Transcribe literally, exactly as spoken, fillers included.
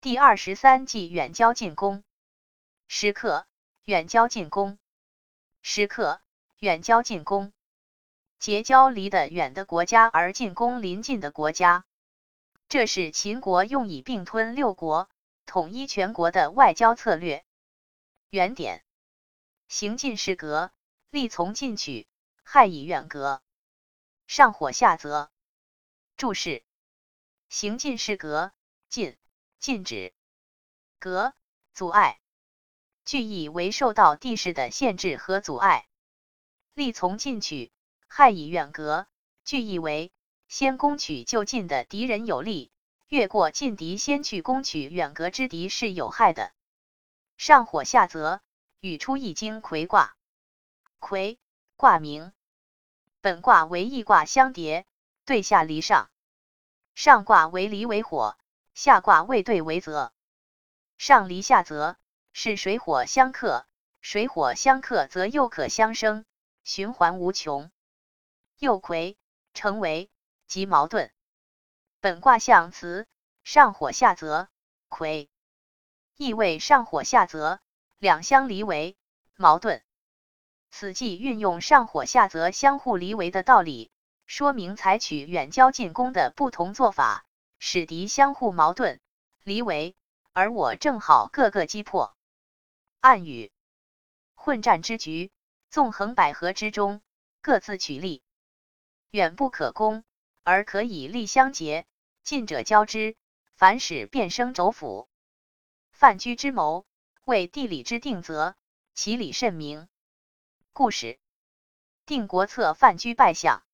第二十三计远交近攻。时刻，远交近攻。时刻，远交近攻。结交离得远的国家而进攻邻近的国家，这是秦国用以并吞六国、统一全国的外交策略。原点：行进士革，力从进取，害以远革。上火下泽。注释：行进士革，禁，禁止；革，阻碍。句意为受到地势的限制和阻碍。力从进取，害以远革，句意为先攻取就近的敌人有利，越过近敌先去攻取远隔之敌是有害的。上火下泽，语出易经葵卦。葵，卦名。本卦为易卦相叠，对下离上。上卦为离为火，下卦为兑为泽。上离下泽，是水火相克，水火相克则又可相生，循环无穷。又葵，成为，即矛盾。本卦象辞，上火下泽，葵，意为上火下泽，两相离为，矛盾。此计运用上火下泽相互离为的道理，说明采取远交近攻的不同做法，使敌相互矛盾、离为，而我正好各个击破。暗语：混战之局，纵横捭阖之中，各自取利。远不可攻，而可以利相结；近者交之，反使变生轴府。犯居之谋，为地理之定则，其理甚明。故事：定国策范雎败相。